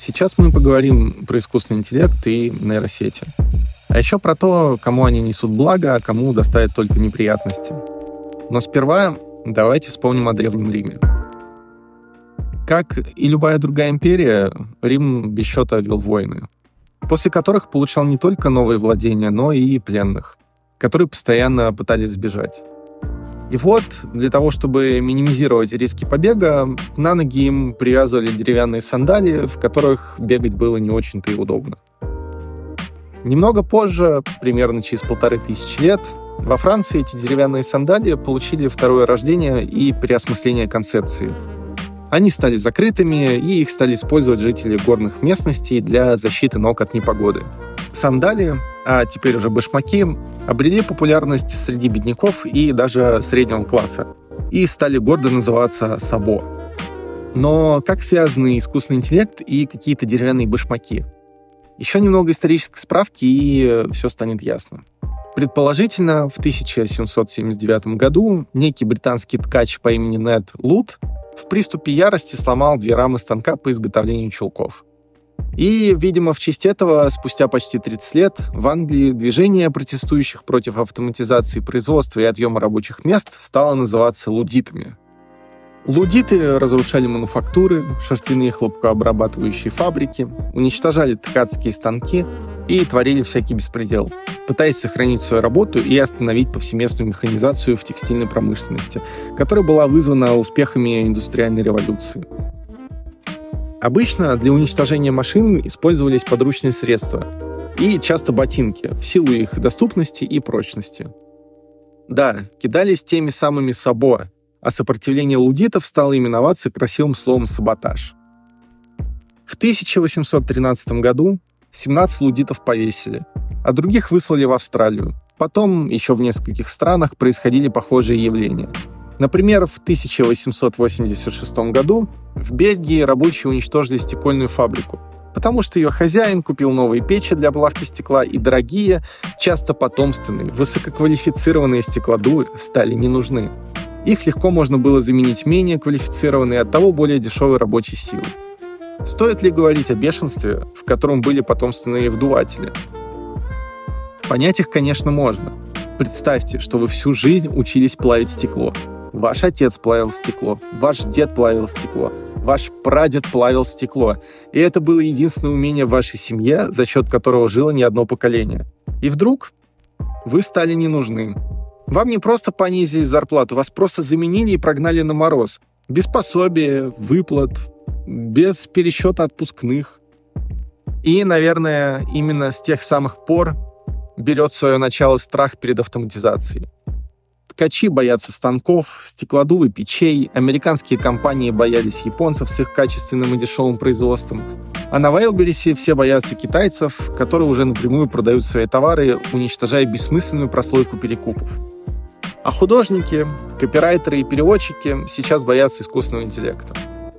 Сейчас мы поговорим про искусственный интеллект и нейросети. А еще про то, кому они несут благо, а кому доставят только неприятности. Но сперва давайте вспомним о Древнем Риме. Как и любая другая империя, Рим без счета вел войны, после которых получал не только новые владения, но и пленных, которые постоянно пытались сбежать. И вот, для того, чтобы минимизировать риски побега, на ноги им привязывали деревянные сандалии, в которых бегать было не очень-то и удобно. Немного позже, примерно через 1500 лет, во Франции эти деревянные сандалии получили второе рождение и переосмысление концепции. Они стали закрытыми, и их стали использовать жители горных местностей для защиты ног от непогоды. Сандалии, а теперь уже башмаки, обрели популярность среди бедняков и даже среднего класса, и стали гордо называться сабо. Но как связаны искусственный интеллект и какие-то деревянные башмаки? Еще немного исторической справки, и все станет ясно. Предположительно, в 1779 году некий британский ткач по имени Нед Лут в приступе ярости сломал 2 рамы станка по изготовлению чулков. И, видимо, в честь этого, спустя почти 30 лет, в Англии движение протестующих против автоматизации производства и отъема рабочих мест стало называться луддитами. Луддиты разрушали мануфактуры, шерстяные хлопкообрабатывающие фабрики, уничтожали ткацкие станки и творили всякий беспредел, пытаясь сохранить свою работу и остановить повсеместную механизацию в текстильной промышленности, которая была вызвана успехами индустриальной революции. Обычно для уничтожения машин использовались подручные средства и часто ботинки, в силу их доступности и прочности. Да, кидались теми самыми сабо, а сопротивление луддитов стало именоваться красивым словом «саботаж». В 1813 году 17 луддитов повесили, а других выслали в Австралию. Потом еще в нескольких странах происходили похожие явления. Например, в 1886 году в Бельгии рабочие уничтожили стекольную фабрику, потому что ее хозяин купил новые печи для плавки стекла, и дорогие, часто потомственные, высококвалифицированные стеклодувы стали не нужны. Их легко можно было заменить менее квалифицированной, оттого более дешевой рабочей силой. Стоит ли говорить о бешенстве, в котором были потомственные вдуватели? Понять их, конечно, можно. Представьте, что вы всю жизнь учились плавить стекло. Ваш отец плавил стекло, ваш дед плавил стекло, ваш прадед плавил стекло. И это было единственное умение в вашей семье, за счет которого жило не одно поколение. И вдруг вы стали не нужны. Вам не просто понизили зарплату, вас просто заменили и прогнали на мороз. Без пособия, выплат, без пересчета отпускных. И, наверное, именно с тех самых пор берет свое начало страх перед автоматизацией. Ткачи боятся станков, стеклодувы печей, американские компании боялись японцев с их качественным и дешевым производством, а на Вайлдберрисе все боятся китайцев, которые уже напрямую продают свои товары, уничтожая бессмысленную прослойку перекупов. А художники, копирайтеры и переводчики сейчас боятся искусственного интеллекта.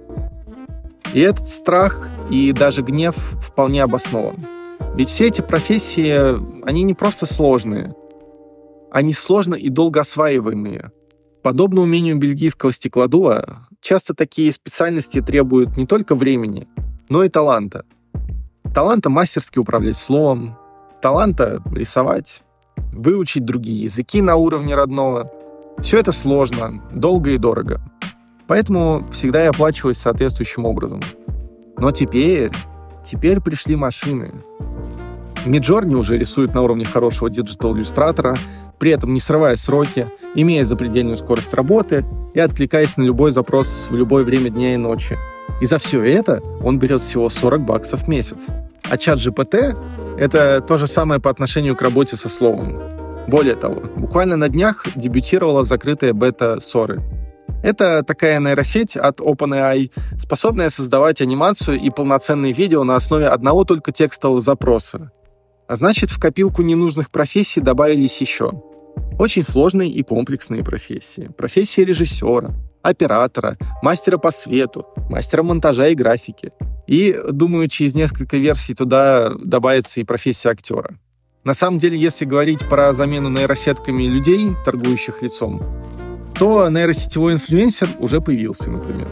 И этот страх и даже гнев вполне обоснован. Ведь все эти профессии, они не просто сложные, они сложно и долго осваиваемые. Подобно умению бельгийского стеклодува, часто такие специальности требуют не только времени, но и таланта. Таланта мастерски управлять словом, таланта рисовать, выучить другие языки на уровне родного. Все это сложно, долго и дорого. Поэтому всегда и оплачивалось соответствующим образом. Но теперь пришли машины. Midjourney уже рисует на уровне хорошего диджитал-иллюстратора, при этом не срывая сроки, имея запредельную скорость работы и откликаясь на любой запрос в любое время дня и ночи. И за все это он берет всего $40 в месяц. А ChatGPT — это то же самое по отношению к работе со словом. Более того, буквально на днях дебютировала закрытая бета Sora. Это такая нейросеть от OpenAI, способная создавать анимацию и полноценные видео на основе одного только текстового запроса. А значит, в копилку ненужных профессий добавились еще очень сложные и комплексные профессии. Профессии режиссера, оператора, мастера по свету, мастера монтажа и графики. И, думаю, через несколько версий туда добавится и профессия актера. На самом деле, если говорить про замену нейросетками людей, торгующих лицом, то нейросетевой инфлюенсер уже появился, например.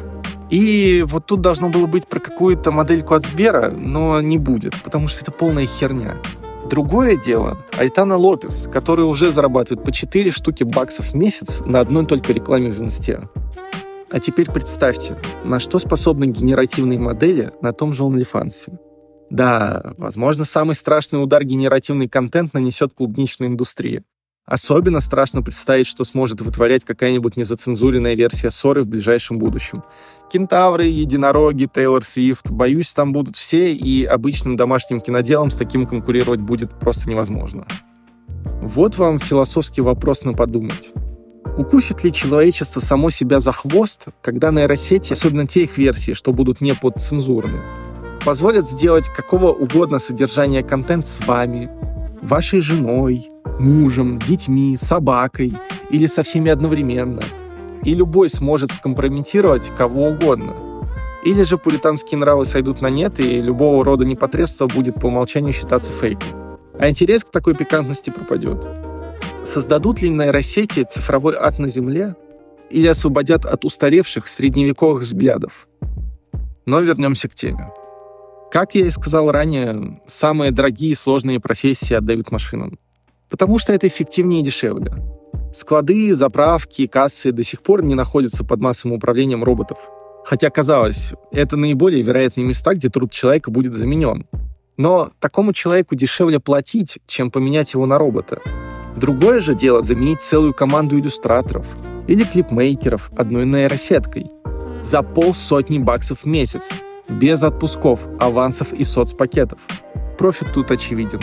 И вот тут должно было быть про какую-то модельку от Сбера, но не будет, потому что это полная херня. Другое дело — Альтана Лопес, который уже зарабатывает по 4 штуки баксов в месяц на одной только рекламе в Инсте. А теперь представьте, на что способны генеративные модели на том же OnlyFans. Да, возможно, самый страшный удар генеративный контент нанесет клубничной индустрии. Особенно страшно представить, что сможет вытворять какая-нибудь незацензуренная версия Соры в ближайшем будущем. Кентавры, единороги, Тейлор Свифт. Боюсь, там будут все, и обычным домашним киноделом с таким конкурировать будет просто невозможно. Вот вам философский вопрос на подумать. Укусит ли человечество само себя за хвост, когда нейросети, особенно те их версии, что будут не подцензурны, позволят сделать какого угодно содержания контент с вами, вашей женой, мужем, детьми, собакой или со всеми одновременно. И любой сможет скомпрометировать кого угодно. Или же пуританские нравы сойдут на нет, и любого рода непотребство будет по умолчанию считаться фейком. А интерес к такой пикантности пропадет. Создадут ли нейросети цифровой ад на Земле или освободят от устаревших средневековых взглядов? Но вернемся к теме. Как я и сказал ранее, самые дорогие и сложные профессии отдают машинам. Потому что это эффективнее и дешевле. Склады, заправки, кассы до сих пор не находятся под массовым управлением роботов. Хотя, казалось, это наиболее вероятные места, где труд человека будет заменен. Но такому человеку дешевле платить, чем поменять его на робота. Другое же дело заменить целую команду иллюстраторов или клипмейкеров одной нейросеткой за $200 в месяц, без отпусков, авансов и соцпакетов. Профит тут очевиден.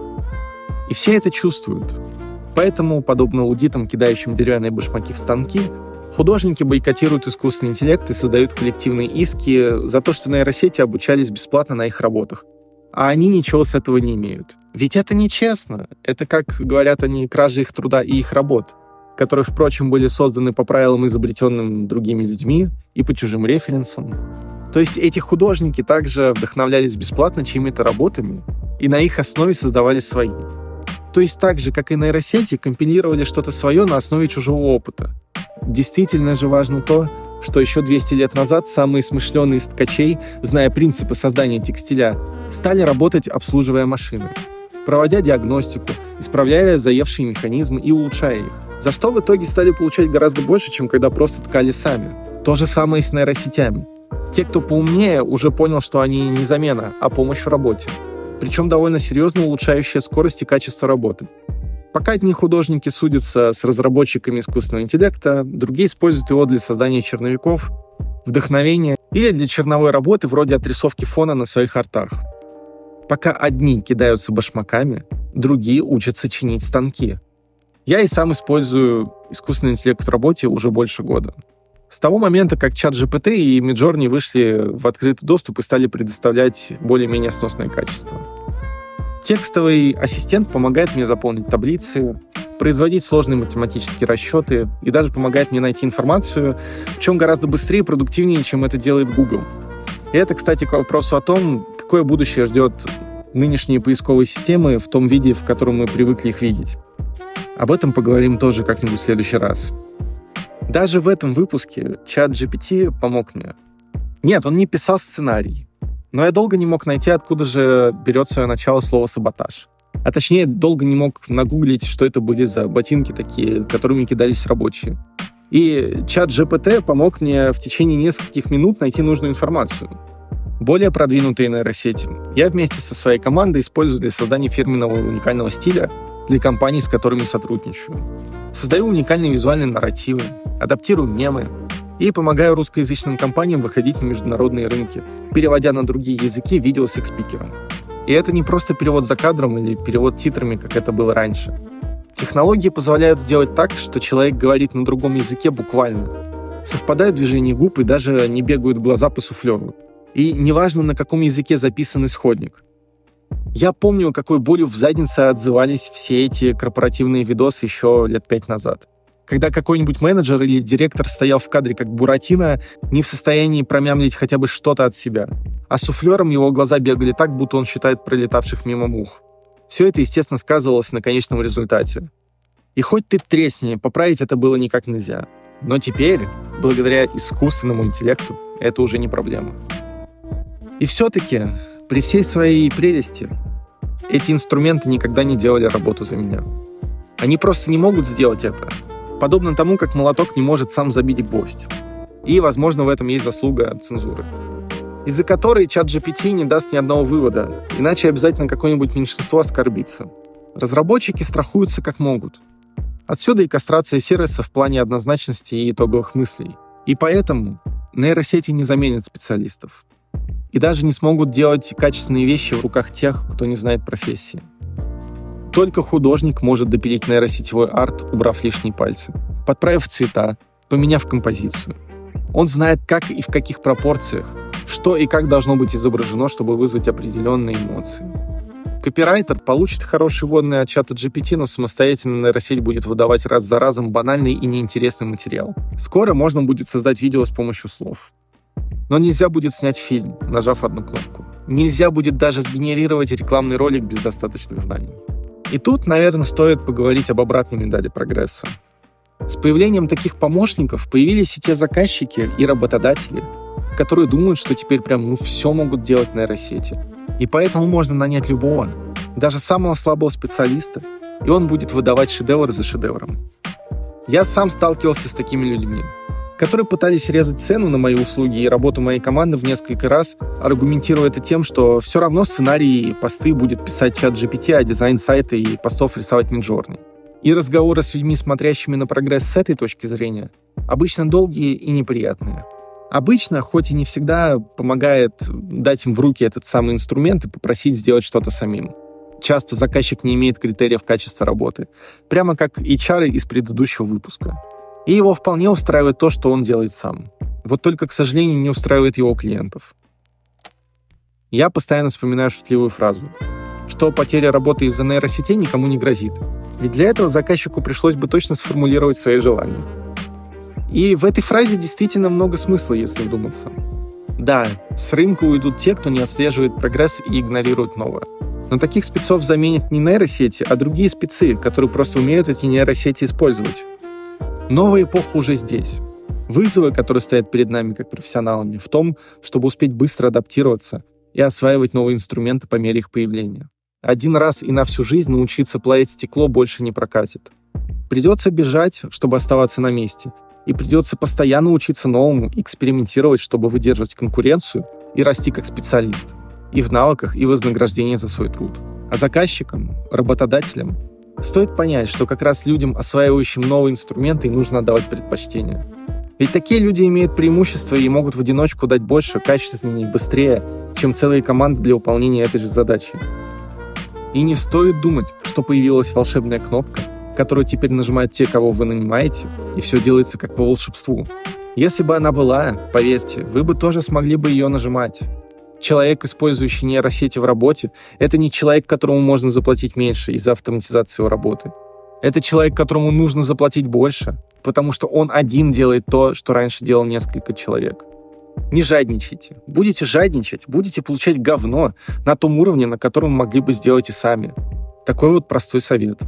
И все это чувствуют. Поэтому, подобно лудитам, кидающим деревянные башмаки в станки, художники бойкотируют искусственный интеллект и создают коллективные иски за то, что нейросети обучались бесплатно на их работах. А они ничего с этого не имеют. Ведь это нечестно. Это, как говорят они, кража их труда и их работ, которые, впрочем, были созданы по правилам, изобретенным другими людьми и по чужим референсам. То есть эти художники также вдохновлялись бесплатно чьими-то работами, и на их основе создавали свои. То есть так же, как и нейросети, компилировали что-то свое на основе чужого опыта. Действительно же важно то, что еще 200 лет назад самые смышленые из ткачей, зная принципы создания текстиля, стали работать, обслуживая машины, проводя диагностику, исправляя заевшие механизмы и улучшая их. За что в итоге стали получать гораздо больше, чем когда просто ткали сами. То же самое и с нейросетями. Те, кто поумнее, уже понял, что они не замена, а помощь в работе. Причем довольно серьезно улучшающая скорость и качество работы. Пока одни художники судятся с разработчиками искусственного интеллекта, другие используют его для создания черновиков, вдохновения или для черновой работы вроде отрисовки фона на своих артах. Пока одни кидаются башмаками, другие учатся чинить станки. Я и сам использую искусственный интеллект в работе уже больше года. С того момента, как ChatGPT и Midjourney вышли в открытый доступ и стали предоставлять более-менее сносное качество. Текстовый ассистент помогает мне заполнить таблицы, производить сложные математические расчеты и даже помогает мне найти информацию, причем гораздо быстрее и продуктивнее, чем это делает Google. И это, кстати, к вопросу о том, какое будущее ждет нынешние поисковые системы в том виде, в котором мы привыкли их видеть. Об этом поговорим тоже как-нибудь в следующий раз. Даже в этом выпуске ChatGPT помог мне. Нет, он не писал сценарий. Но я долго не мог найти, откуда же берет свое начало слово «саботаж». А точнее, долго не мог нагуглить, что это были за ботинки такие, которыми кидались рабочие. И ChatGPT помог мне в течение нескольких минут найти нужную информацию. Более продвинутые нейросети я вместе со своей командой использую для создания фирменного уникального стиля для компаний, с которыми сотрудничаю. Создаю уникальные визуальные нарративы, адаптирую мемы и помогаю русскоязычным компаниям выходить на международные рынки, переводя на другие языки видео с их спикером. И это не просто перевод за кадром или перевод титрами, как это было раньше. Технологии позволяют сделать так, что человек говорит на другом языке буквально. Совпадают движения губ и даже не бегают глаза по суфлеру. И неважно, на каком языке записан исходник. Я помню, какой болью в заднице отзывались все эти корпоративные видосы еще лет 5 назад. Когда какой-нибудь менеджер или директор стоял в кадре как Буратино, не в состоянии промямлить хотя бы что-то от себя. А суфлером его глаза бегали так, будто он считает пролетавших мимо мух. Все это, естественно, сказывалось на конечном результате. И хоть ты тресни, поправить это было никак нельзя. Но теперь, благодаря искусственному интеллекту, это уже не проблема. И все-таки, при всей своей прелести, эти инструменты никогда не делали работу за меня. Они просто не могут сделать это, подобно тому, как молоток не может сам забить гвоздь. И, возможно, в этом есть заслуга цензуры, из-за которой ChatGPT не даст ни одного вывода, иначе обязательно какое-нибудь меньшинство оскорбится. Разработчики страхуются как могут. Отсюда и кастрация сервиса в плане однозначности и итоговых мыслей. И поэтому нейросети не заменят специалистов. И даже не смогут делать качественные вещи в руках тех, кто не знает профессии. Только художник может допилить нейросетевой арт, убрав лишние пальцы, подправив цвета, поменяв композицию. Он знает, как и в каких пропорциях, что и как должно быть изображено, чтобы вызвать определенные эмоции. Копирайтер получит хорошие вводные от чата GPT, но самостоятельно нейросеть будет выдавать раз за разом банальный и неинтересный материал. Скоро можно будет создать видео с помощью слов. Но нельзя будет снять фильм, нажав одну кнопку. Нельзя будет даже сгенерировать рекламный ролик без достаточных знаний. И тут, наверное, стоит поговорить об обратной медали прогресса. С появлением таких помощников появились и те заказчики, и работодатели, которые думают, что теперь прям все могут делать нейросети. И поэтому можно нанять любого, даже самого слабого специалиста, и он будет выдавать шедевр за шедевром. Я сам сталкивался с такими людьми, которые пытались резать цену на мои услуги и работу моей команды в несколько раз, аргументируя это тем, что все равно сценарии и посты будет писать чат GPT, а дизайн сайта и постов рисовать Midjourney. И разговоры с людьми, смотрящими на прогресс с этой точки зрения, обычно долгие и неприятные. Обычно, хоть и не всегда, помогает дать им в руки этот самый инструмент и попросить сделать что-то самим. Часто заказчик не имеет критериев качества работы, прямо как HR из предыдущего выпуска. И его вполне устраивает то, что он делает сам. Вот только, к сожалению, не устраивает его клиентов. Я постоянно вспоминаю шутливую фразу, что потеря работы из-за нейросетей никому не грозит. Ведь для этого заказчику пришлось бы точно сформулировать свои желания. И в этой фразе действительно много смысла, если вдуматься. Да, с рынка уйдут те, кто не отслеживает прогресс и игнорирует новое. Но таких спецов заменят не нейросети, а другие спецы, которые просто умеют эти нейросети использовать. Новая эпоха уже здесь. Вызовы, которые стоят перед нами как профессионалами, в том, чтобы успеть быстро адаптироваться и осваивать новые инструменты по мере их появления. Один раз и на всю жизнь научиться плавить стекло больше не прокатит. Придется бежать, чтобы оставаться на месте. И придется постоянно учиться новому, экспериментировать, чтобы выдерживать конкуренцию и расти как специалист. И в навыках, и в вознаграждении за свой труд. А заказчикам, работодателям стоит понять, что как раз людям, осваивающим новые инструменты, нужно отдавать предпочтение. Ведь такие люди имеют преимущество и могут в одиночку дать больше, качественнее и быстрее, чем целые команды для выполнения этой же задачи. И не стоит думать, что появилась волшебная кнопка, которую теперь нажимают те, кого вы нанимаете, и все делается как по волшебству. Если бы она была, поверьте, вы бы тоже смогли бы ее нажимать. Человек, использующий нейросети в работе, это не человек, которому можно заплатить меньше из-за автоматизации его работы. Это человек, которому нужно заплатить больше, потому что он один делает то, что раньше делал несколько человек. Не жадничайте. Будете жадничать, будете получать говно на том уровне, на котором могли бы сделать и сами. Такой вот простой совет.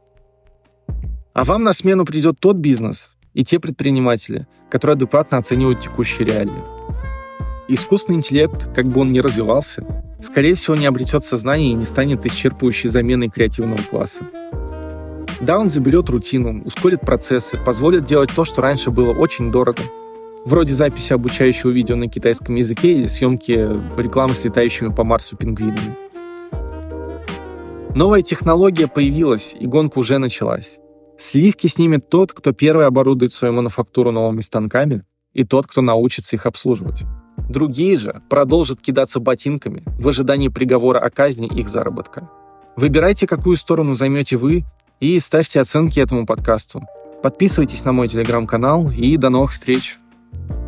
А вам на смену придет тот бизнес и те предприниматели, которые адекватно оценивают текущие реалии. Искусственный интеллект, как бы он ни развивался, скорее всего, не обретет сознание и не станет исчерпывающей заменой креативного класса. Да, он заберет рутину, ускорит процессы, позволит делать то, что раньше было очень дорого, вроде записи обучающего видео на китайском языке или съемки рекламы с летающими по Марсу пингвинами. Новая технология появилась, и гонка уже началась. Сливки снимет тот, кто первый оборудует свою мануфактуру новыми станками, и тот, кто научится их обслуживать. Другие же продолжат кидаться ботинками в ожидании приговора о казни их заработка. Выбирайте, какую сторону займете вы, и ставьте оценки этому подкасту. Подписывайтесь на мой телеграм-канал, и до новых встреч!